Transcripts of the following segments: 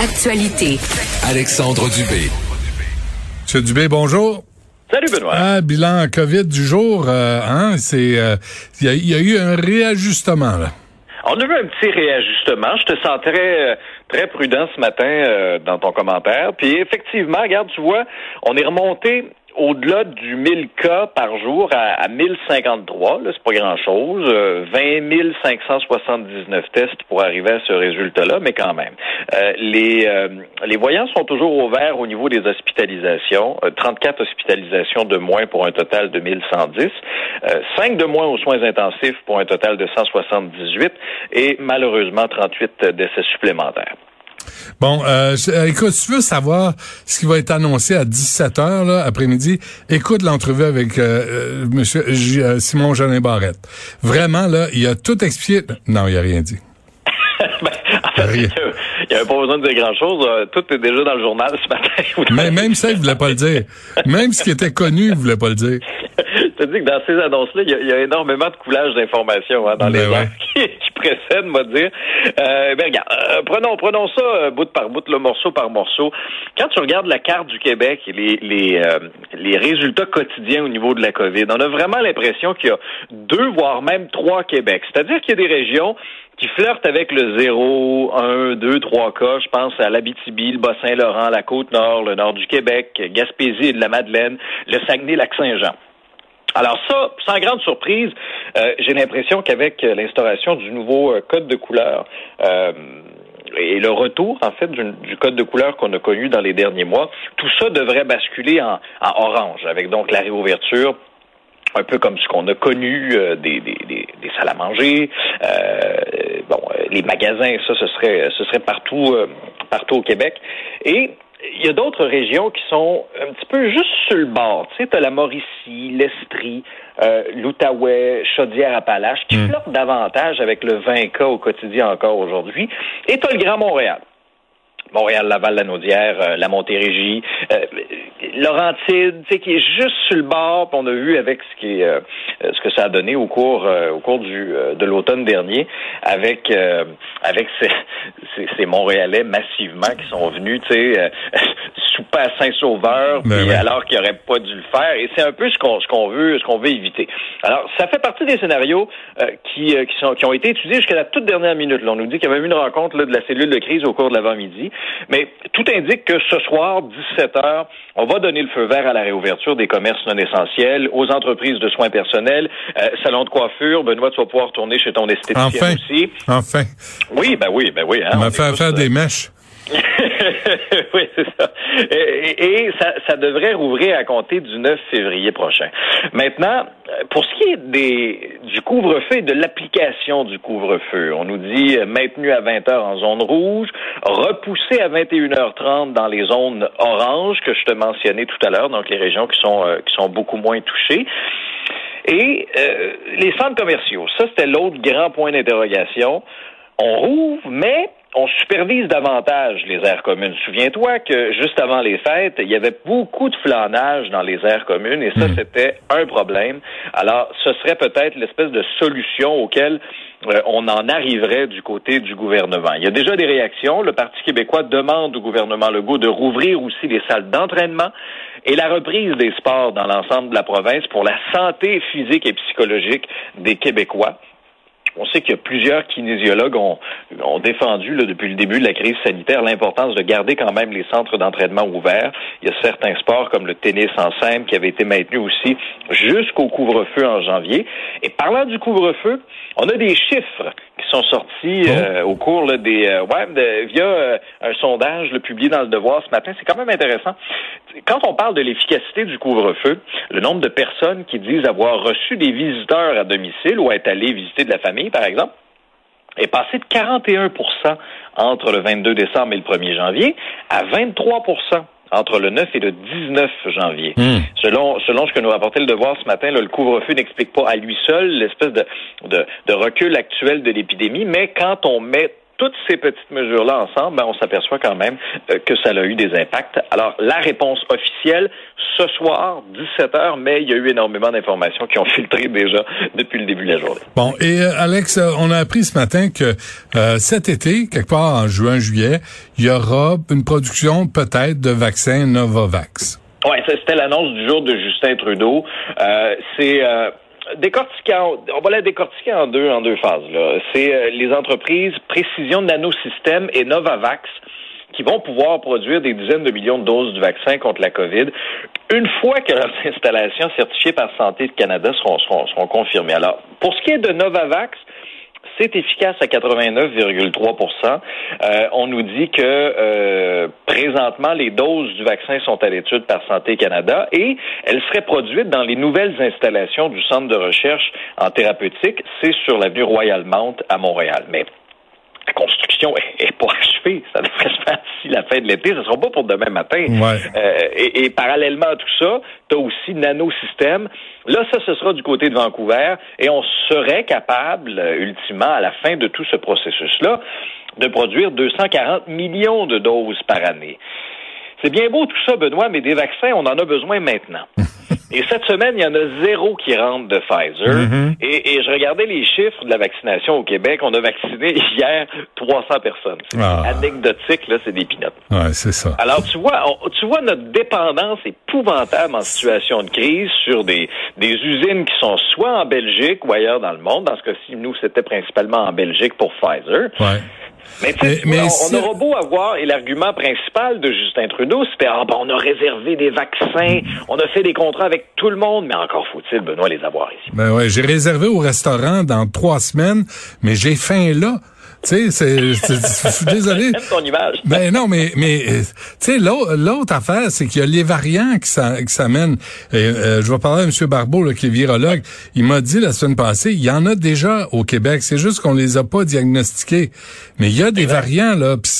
Actualité. Alexandre Dubé. Monsieur Dubé, bonjour. Salut Benoît. Bilan COVID du jour, il y a eu un réajustement là. On a eu un petit réajustement. Je te sens très prudent ce matin dans ton commentaire. Puis effectivement, regarde, tu vois, on est remonté au-delà du 1000 cas par jour à 1053, là, c'est pas grand-chose. 20 579 tests pour arriver à ce résultat-là, mais quand même. Les voyants sont toujours au vert au niveau des hospitalisations. 34 hospitalisations de moins pour un total de 1110. 5 de moins aux soins intensifs pour un total de 178. Et malheureusement, 38 décès supplémentaires. Bon, écoute, si tu veux savoir ce qui va être annoncé à 17h là, après-midi, écoute l'entrevue avec monsieur Simon Jolin Barrette. Vraiment, là, il a tout expliqué. Non, il a rien dit. En fait, il n'y avait pas besoin de dire grand-chose. Tout est déjà dans le journal ce matin. Mais même ça, il voulait pas le dire. Même ce qui était connu, il voulait pas le dire. Je te dis que dans ces annonces-là, il y a énormément de coulage d'informations dans les heures qui précèdent, moi dire. Regarde, prenons ça bout par bout, là, morceau par morceau. Quand tu regardes la carte du Québec et les résultats quotidiens au niveau de la COVID, on a vraiment l'impression qu'il y a 2, voire même 3 Québec. C'est-à-dire qu'il y a des régions qui flirtent avec le 0, 1, 2, 3 cas. Je pense à l'Abitibi, le Bas-Saint-Laurent, la Côte-Nord, le nord du Québec, Gaspésie et de la Madeleine, le Saguenay-Lac-Saint-Jean. Alors ça, sans grande surprise, j'ai l'impression qu'avec l'instauration du nouveau code de couleur et le retour, en fait, du code de couleur qu'on a connu dans les derniers mois, tout ça devrait basculer en orange, avec donc la réouverture un peu comme ce qu'on a connu des salles à manger, les magasins, ça ce serait partout au Québec. Et il y a d'autres régions qui sont un petit peu juste sur le bord. Tu sais, t'as la Mauricie, l'Estrie, l'Outaouais, Chaudière-Appalaches, qui flirtent davantage avec le 20 cas au quotidien encore aujourd'hui. Et t'as le Grand Montréal. Montréal, Laval, Lanaudière, la Montérégie, Laurentide, tu sais, qui est juste sur le bord. On a vu avec ce que ça a donné au cours de l'automne dernier, avec ces Montréalais massivement qui sont venus, tu sais, souper à Saint-Sauveur, alors qu'ils n'auraient pas dû le faire. Et c'est un peu ce qu'on veut éviter. Alors, ça fait partie des scénarios qui ont été étudiés jusqu'à la toute dernière minute. Là, on nous dit qu'il y avait eu une rencontre là, de la cellule de crise au cours de l'avant-midi. Mais tout indique que ce soir, 17h, on va donner le feu vert à la réouverture des commerces non essentiels, aux entreprises de soins personnels, salons de coiffure. Benoît, tu vas pouvoir retourner chez ton esthéticienne aussi. Enfin. Oui. Hein, on m'a fait faire des mèches. Oui, c'est ça. Et ça devrait rouvrir à compter du 9 février prochain. Maintenant, pour ce qui est du couvre-feu et de l'application du couvre-feu, on nous dit maintenu à 20h en zone rouge, repoussé à 21h30 dans les zones oranges que je te mentionnais tout à l'heure, donc les régions qui sont beaucoup moins touchées. Et les centres commerciaux, ça c'était l'autre grand point d'interrogation. On rouvre, mais on supervise davantage les aires communes. Souviens-toi que juste avant les fêtes, il y avait beaucoup de flânage dans les aires communes et ça, c'était un problème. Alors, ce serait peut-être l'espèce de solution auquel on en arriverait du côté du gouvernement. Il y a déjà des réactions. Le Parti québécois demande au gouvernement Legault de rouvrir aussi les salles d'entraînement et la reprise des sports dans l'ensemble de la province pour la santé physique et psychologique des Québécois. On sait qu'il y a plusieurs kinésiologues ont défendu là, depuis le début de la crise sanitaire l'importance de garder quand même les centres d'entraînement ouverts. Il y a certains sports comme le tennis en simple qui avait été maintenu aussi jusqu'au couvre-feu en janvier. Et parlant du couvre-feu, on a des chiffres qui sont sortis au cours là, via un sondage publié dans Le Devoir ce matin. C'est quand même intéressant. Quand on parle de l'efficacité du couvre-feu, le nombre de personnes qui disent avoir reçu des visiteurs à domicile ou être allées visiter de la famille, par exemple, est passé de 41% entre le 22 décembre et le 1er janvier à 23% entre le 9 et le 19 janvier. Selon ce que nous rapportait Le Devoir ce matin, là, le couvre-feu n'explique pas à lui seul l'espèce de recul actuel de l'épidémie, mais quand on met toutes ces petites mesures-là ensemble, on s'aperçoit quand même que ça a eu des impacts. Alors, la réponse officielle, ce soir, 17h, mais il y a eu énormément d'informations qui ont filtré déjà depuis le début de la journée. Bon, et Alex, on a appris ce matin que cet été, quelque part en juin, juillet, il y aura une production peut-être de vaccins Novavax. Oui, c'était l'annonce du jour de Justin Trudeau. On va la décortiquer en deux phases, là. C'est les entreprises Précision Nanosystèmes et Novavax qui vont pouvoir produire des dizaines de millions de doses du vaccin contre la COVID une fois que leurs installations certifiées par Santé Canada seront confirmées. Alors, pour ce qui est de Novavax, c'est efficace à 89,3%. On nous dit que présentement, les doses du vaccin sont à l'étude par Santé Canada et elles seraient produites dans les nouvelles installations du Centre de recherche en thérapeutique. C'est sur l'avenue Royal-Mount à Montréal. Mais la construction est pas achevée. Ça devrait se faire d'ici la fin de l'été. Ce ne sera pas pour demain matin. Ouais. Et parallèlement à tout ça, tu as aussi Nanosystème. Là, ça, ce sera du côté de Vancouver. Et on serait capable, ultimement, à la fin de tout ce processus-là, de produire 240 millions de doses par année. C'est bien beau tout ça, Benoît, mais des vaccins, on en a besoin maintenant. Et cette semaine, il y en a 0 qui rentre de Pfizer. Mm-hmm. Et je regardais les chiffres de la vaccination au Québec. On a vacciné hier 300 personnes. C'est anecdotique, là, c'est des pinottes. Ouais, c'est ça. Alors, tu vois notre dépendance épouvantable en situation de crise sur des usines qui sont soit en Belgique ou ailleurs dans le monde. Dans ce cas-ci, nous, c'était principalement en Belgique pour Pfizer. Ouais. Mais on aura beau avoir, et l'argument principal de Justin Trudeau, c'était on a réservé des vaccins, on a fait des contrats avec tout le monde, mais encore faut-il, Benoît, les avoir ici. Ben ouais, j'ai réservé au restaurant dans 3 semaines, mais j'ai faim là. Tu sais, je suis désolé. J'aime ton image. Ben non, mais tu sais, l'autre affaire, c'est qu'il y a les variants qui s'amènent. Je vais parler à M. Barbeau, là, qui est virologue. Il m'a dit la semaine passée, il y en a déjà au Québec. C'est juste qu'on les a pas diagnostiqués. Mais il y a des variants, là. Puis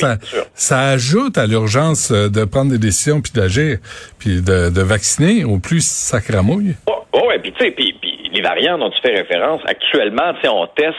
ça ajoute à l'urgence de prendre des décisions puis d'agir, puis de vacciner au plus sacramouille. Ouais, puis tu sais, puis les variants dont tu fais référence, actuellement, tu sais, on teste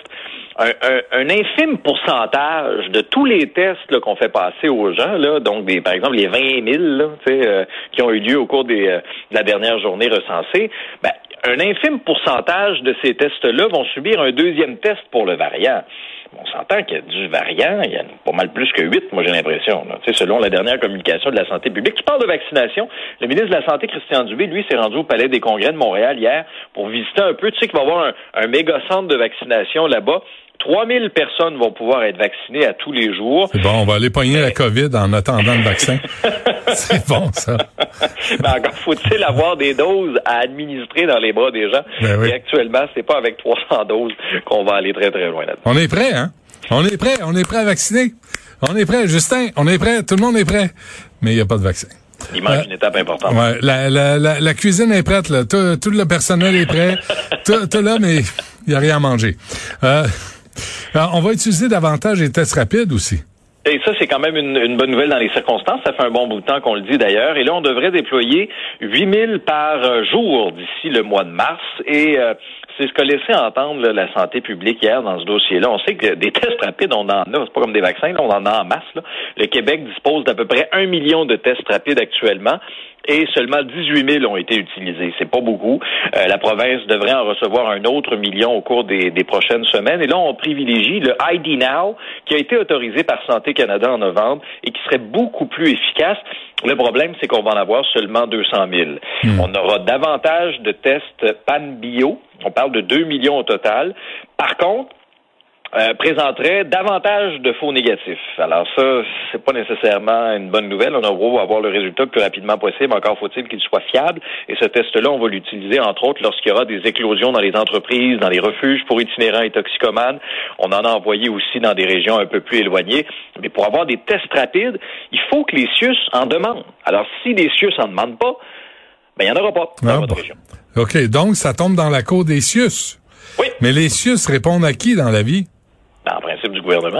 un infime pourcentage de tous les tests là, qu'on fait passer aux gens, là, donc par exemple les 20 000 là, qui ont eu lieu au cours de la dernière journée recensée, un infime pourcentage de ces tests-là vont subir un deuxième test pour le variant. On s'entend qu'il y a du variant, il y en a pas mal plus que 8, moi j'ai l'impression. Selon la dernière communication de la santé publique. Tu parles de vaccination. Le ministre de la Santé, Christian Dubé, lui, s'est rendu au Palais des Congrès de Montréal hier pour visiter un peu. Tu sais qu'il va y avoir un méga centre de vaccination là-bas. 3000 personnes vont pouvoir être vaccinées à tous les jours. C'est bon, on va aller pogner la COVID en attendant le vaccin. C'est bon, ça. Mais encore faut-il avoir des doses à administrer dans les bras des gens. Ben oui. Et actuellement, c'est pas avec 300 doses qu'on va aller très, très loin là-dedans. On est prêt, hein? On est prêt à vacciner. On est prêt, Justin, on est prêt, tout le monde est prêt. Mais il n'y a pas de vaccin. Il manque une étape importante. Ouais, la cuisine est prête, là. Tout le personnel est prêt. Tout là, mais il n'y a rien à manger. Alors, on va utiliser davantage les tests rapides aussi. Et ça, c'est quand même une bonne nouvelle dans les circonstances. Ça fait un bon bout de temps qu'on le dit d'ailleurs. Et là, on devrait déployer 8000 par jour d'ici le mois de mars. Et c'est ce qu'a laissé entendre là, la santé publique hier dans ce dossier-là. On sait que des tests rapides, on en a. C'est pas comme des vaccins, là, on en a en masse. Là. Le Québec dispose d'à peu près 1 million de tests rapides actuellement. Et seulement 18 000 ont été utilisés. C'est pas beaucoup. La province devrait en recevoir un autre million au cours des prochaines semaines. Et là, on privilégie le ID Now, qui a été autorisé par Santé Canada en novembre et qui serait beaucoup plus efficace. Le problème, c'est qu'on va en avoir seulement 200 000. On aura davantage de tests PanBio. On parle de 2 millions au total. Par contre, présenterait davantage de faux négatifs. Alors ça, c'est pas nécessairement une bonne nouvelle. On va avoir le résultat le plus rapidement possible. Encore faut-il qu'il soit fiable. Et ce test-là, on va l'utiliser, entre autres, lorsqu'il y aura des éclosions dans les entreprises, dans les refuges pour itinérants et toxicomanes. On en a envoyé aussi dans des régions un peu plus éloignées. Mais pour avoir des tests rapides, il faut que les CIUS en demandent. Alors, si les CIUS en demandent pas, il n'y en aura pas dans votre région. OK, donc ça tombe dans la cour des CIUS. Oui. Mais les CIUS répondent à qui dans la vie? En principe du gouvernement,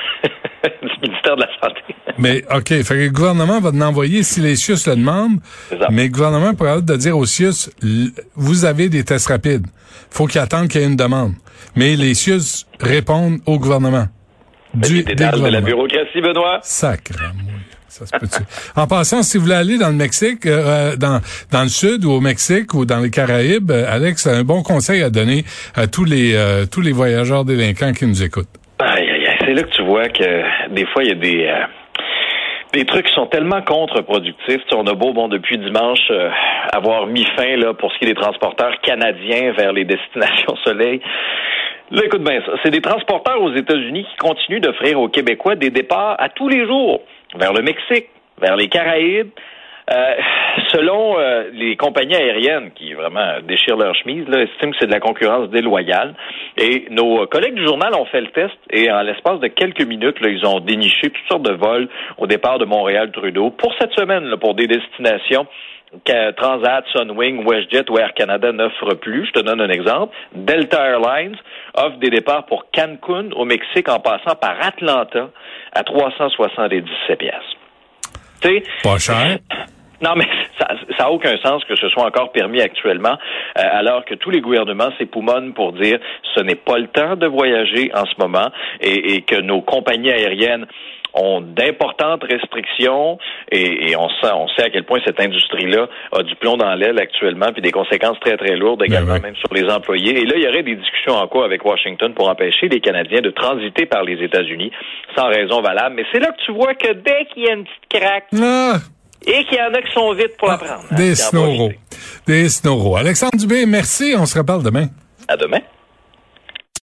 du ministère de la Santé. Mais, OK, fait que le gouvernement va en envoyer si les CIUS le demandent, mais le gouvernement pourrait de dire aux CIUS, vous avez des tests rapides. Faut qu'ils attendent qu'il y ait une demande. Mais les CIUS répondent au gouvernement. du de la bureaucratie, Benoît. Sacramouille. Ça se peut-tu. En passant, si vous voulez aller dans le Mexique, dans le sud ou au Mexique ou dans les Caraïbes, Alex a un bon conseil à donner à tous les voyageurs délinquants qui nous écoutent. C'est là que tu vois que des fois, il y a des trucs qui sont tellement contre-productifs. On a beau, depuis dimanche, avoir mis fin là pour ce qui est des transporteurs canadiens vers les destinations soleil. Là, écoute bien ça. C'est des transporteurs aux États-Unis qui continuent d'offrir aux Québécois des départs à tous les jours vers le Mexique, vers les Caraïbes. Selon les compagnies aériennes qui vraiment déchirent leur chemise, là, estiment que c'est de la concurrence déloyale. Et nos collègues du journal ont fait le test et en l'espace de quelques minutes, là, ils ont déniché toutes sortes de vols au départ de Montréal-Trudeau pour cette semaine, là, pour des destinations que Transat, Sunwing, WestJet ou Air Canada n'offrent plus. Je te donne un exemple. Delta Airlines offre des départs pour Cancun au Mexique en passant par Atlanta à 377 piastres. Tu sais, pas cher. Non, mais ça n'a aucun sens que ce soit encore permis actuellement, alors que tous les gouvernements s'époumonnent pour dire ce n'est pas le temps de voyager en ce moment et que nos compagnies aériennes ont d'importantes restrictions et on sait à quel point cette industrie-là a du plomb dans l'aile actuellement puis des conséquences très, très lourdes également, même sur les employés. Et là, il y aurait des discussions en cours avec Washington pour empêcher les Canadiens de transiter par les États-Unis sans raison valable. Mais c'est là que tu vois que dès qu'il y a une petite craque et qu'il y en a qui sont vite pour la prendre. Des snoraux. Alexandre Dubé, merci. On se reparle demain. À demain.